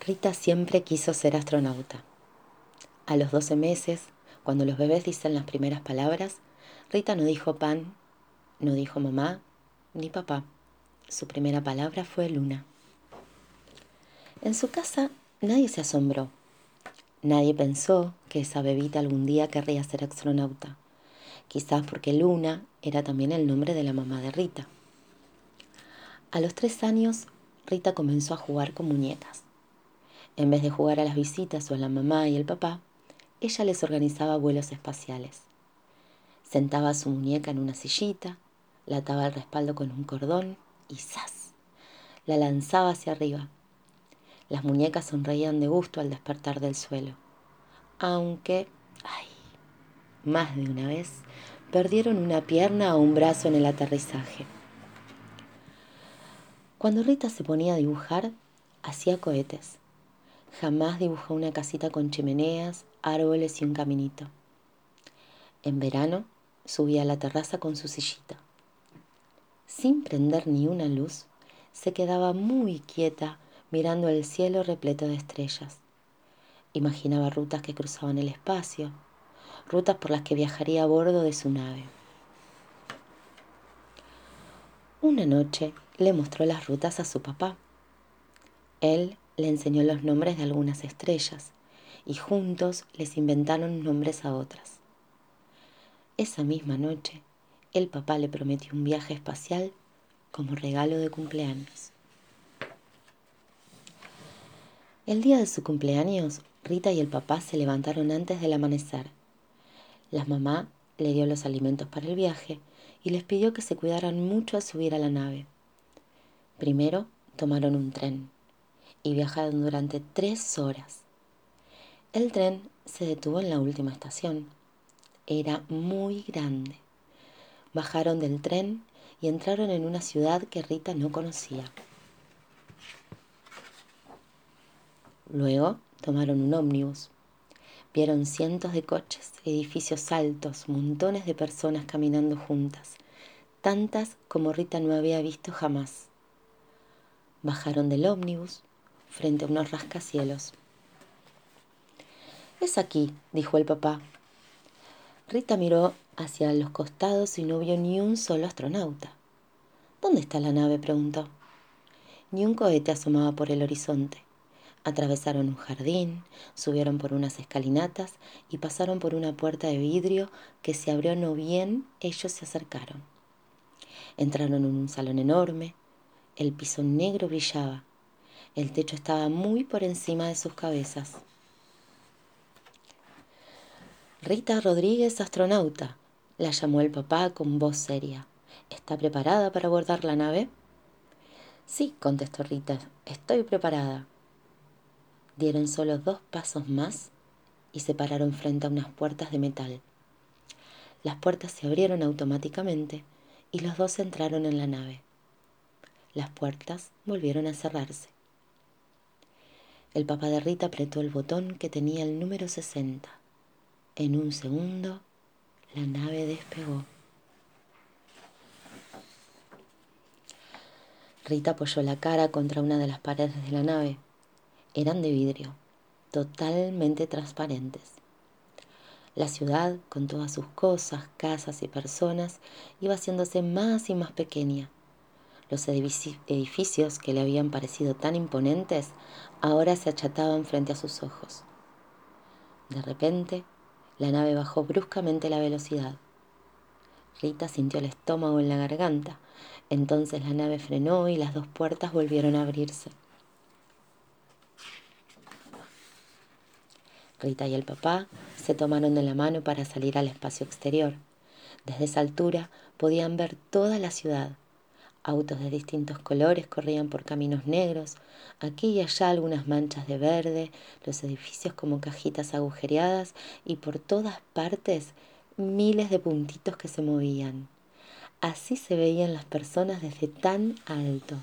Rita siempre quiso ser astronauta. A los 12 meses, cuando los bebés dicen las primeras palabras, Rita no dijo pan, no dijo mamá, ni papá. Su primera palabra fue Luna. En su casa nadie se asombró. Nadie pensó que esa bebita algún día querría ser astronauta. Quizás porque Luna era también el nombre de la mamá de Rita. A los 3 años, Rita comenzó a jugar con muñecas. En vez de jugar a las visitas o a la mamá y el papá, ella les organizaba vuelos espaciales. Sentaba a su muñeca en una sillita, la ataba al respaldo con un cordón y ¡zas! La lanzaba hacia arriba. Las muñecas sonreían de gusto al despertar del suelo. Aunque, más de una vez, perdieron una pierna o un brazo en el aterrizaje. Cuando Rita se ponía a dibujar, hacía cohetes. Jamás dibujó una casita con chimeneas, árboles y un caminito. En verano, subía a la terraza con su sillita. Sin prender ni una luz, se quedaba muy quieta mirando el cielo repleto de estrellas. Imaginaba rutas que cruzaban el espacio, rutas por las que viajaría a bordo de su nave. Una noche le mostró las rutas a su papá. Él le enseñó los nombres de algunas estrellas y juntos les inventaron nombres a otras. Esa misma noche, el papá le prometió un viaje espacial como regalo de cumpleaños. El día de su cumpleaños, Rita y el papá se levantaron antes del amanecer. La mamá le dio los alimentos para el viaje y les pidió que se cuidaran mucho al subir a la nave. Primero tomaron un tren y viajaron durante 3 horas. El tren se detuvo en la última estación. Era muy grande. Bajaron del tren y entraron en una ciudad que Rita no conocía. Luego tomaron un ómnibus. Vieron cientos de coches, edificios altos, montones de personas caminando juntas, tantas como Rita no había visto jamás. Bajaron del ómnibus frente a unos rascacielos. «Es aquí», dijo el papá. Rita miró hacia los costados y no vio ni un solo astronauta. «¿Dónde está la nave?», preguntó. Ni un cohete asomaba por el horizonte. Atravesaron un jardín, subieron por unas escalinatas y pasaron por una puerta de vidrio que se abrió no bien ellos se acercaron. Entraron en un salón enorme. El piso negro brillaba. El techo estaba muy por encima de sus cabezas. «Rita Rodríguez, astronauta», la llamó el papá con voz seria. «¿Está preparada para abordar la nave?» «Sí», contestó Rita, «estoy preparada». Dieron solo 2 pasos más y se pararon frente a unas puertas de metal. Las puertas se abrieron automáticamente y los dos entraron en la nave. Las puertas volvieron a cerrarse. El papá de Rita apretó el botón que tenía el número 60. En un segundo, la nave despegó. Rita apoyó la cara contra una de las paredes de la nave. Eran de vidrio, totalmente transparentes. La ciudad, con todas sus cosas, casas y personas, iba haciéndose más y más pequeña. Los edificios que le habían parecido tan imponentes ahora se achataban frente a sus ojos. De repente, la nave bajó bruscamente la velocidad. Rita sintió el estómago en la garganta. Entonces la nave frenó y las 2 puertas volvieron a abrirse. Rita y el papá se tomaron de la mano para salir al espacio exterior. Desde esa altura podían ver toda la ciudad. Autos de distintos colores corrían por caminos negros, aquí y allá algunas manchas de verde, los edificios como cajitas agujereadas y por todas partes miles de puntitos que se movían. Así se veían las personas desde tan alto.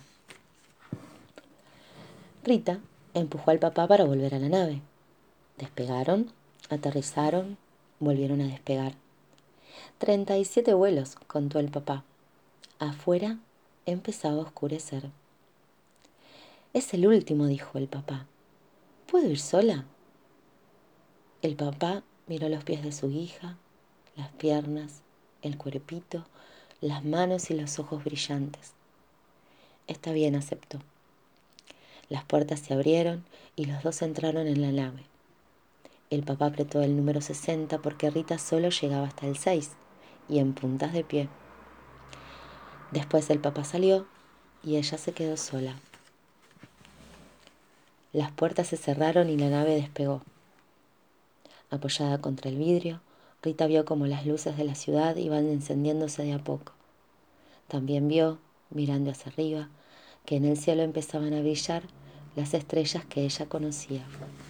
Rita empujó al papá para volver a la nave. Despegaron, aterrizaron, volvieron a despegar. 37 vuelos, contó el papá. Afuera empezaba a oscurecer. «Es el último», dijo el papá. ¿puedo ir sola? El papá miró los pies de su hija, las piernas, el cuerpito, las manos y los ojos brillantes. Está bien, aceptó. Las puertas se abrieron y los dos entraron en la nave. El papá apretó el número 60 porque Rita solo llegaba hasta el 6 y en puntas de pie. Después el papá salió y ella se quedó sola. Las puertas se cerraron y la nave despegó. Apoyada contra el vidrio, Rita vio cómo las luces de la ciudad iban encendiéndose de a poco. También vio, mirando hacia arriba, que en el cielo empezaban a brillar las estrellas que ella conocía.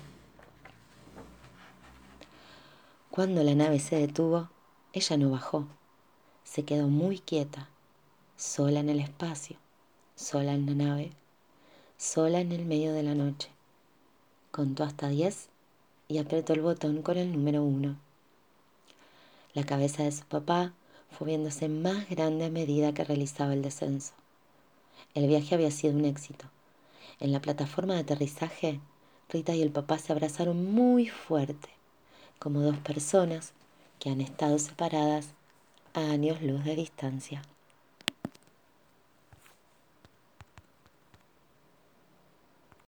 Cuando la nave se detuvo, ella no bajó. Se quedó muy quieta, sola en el espacio, sola en la nave, sola en el medio de la noche. Contó hasta 10 y apretó el botón con el número 1. La cabeza de su papá fue viéndose más grande a medida que realizaba el descenso. El viaje había sido un éxito. En la plataforma de aterrizaje, Rita y el papá se abrazaron muy fuerte, como dos personas que han estado separadas a años luz de distancia.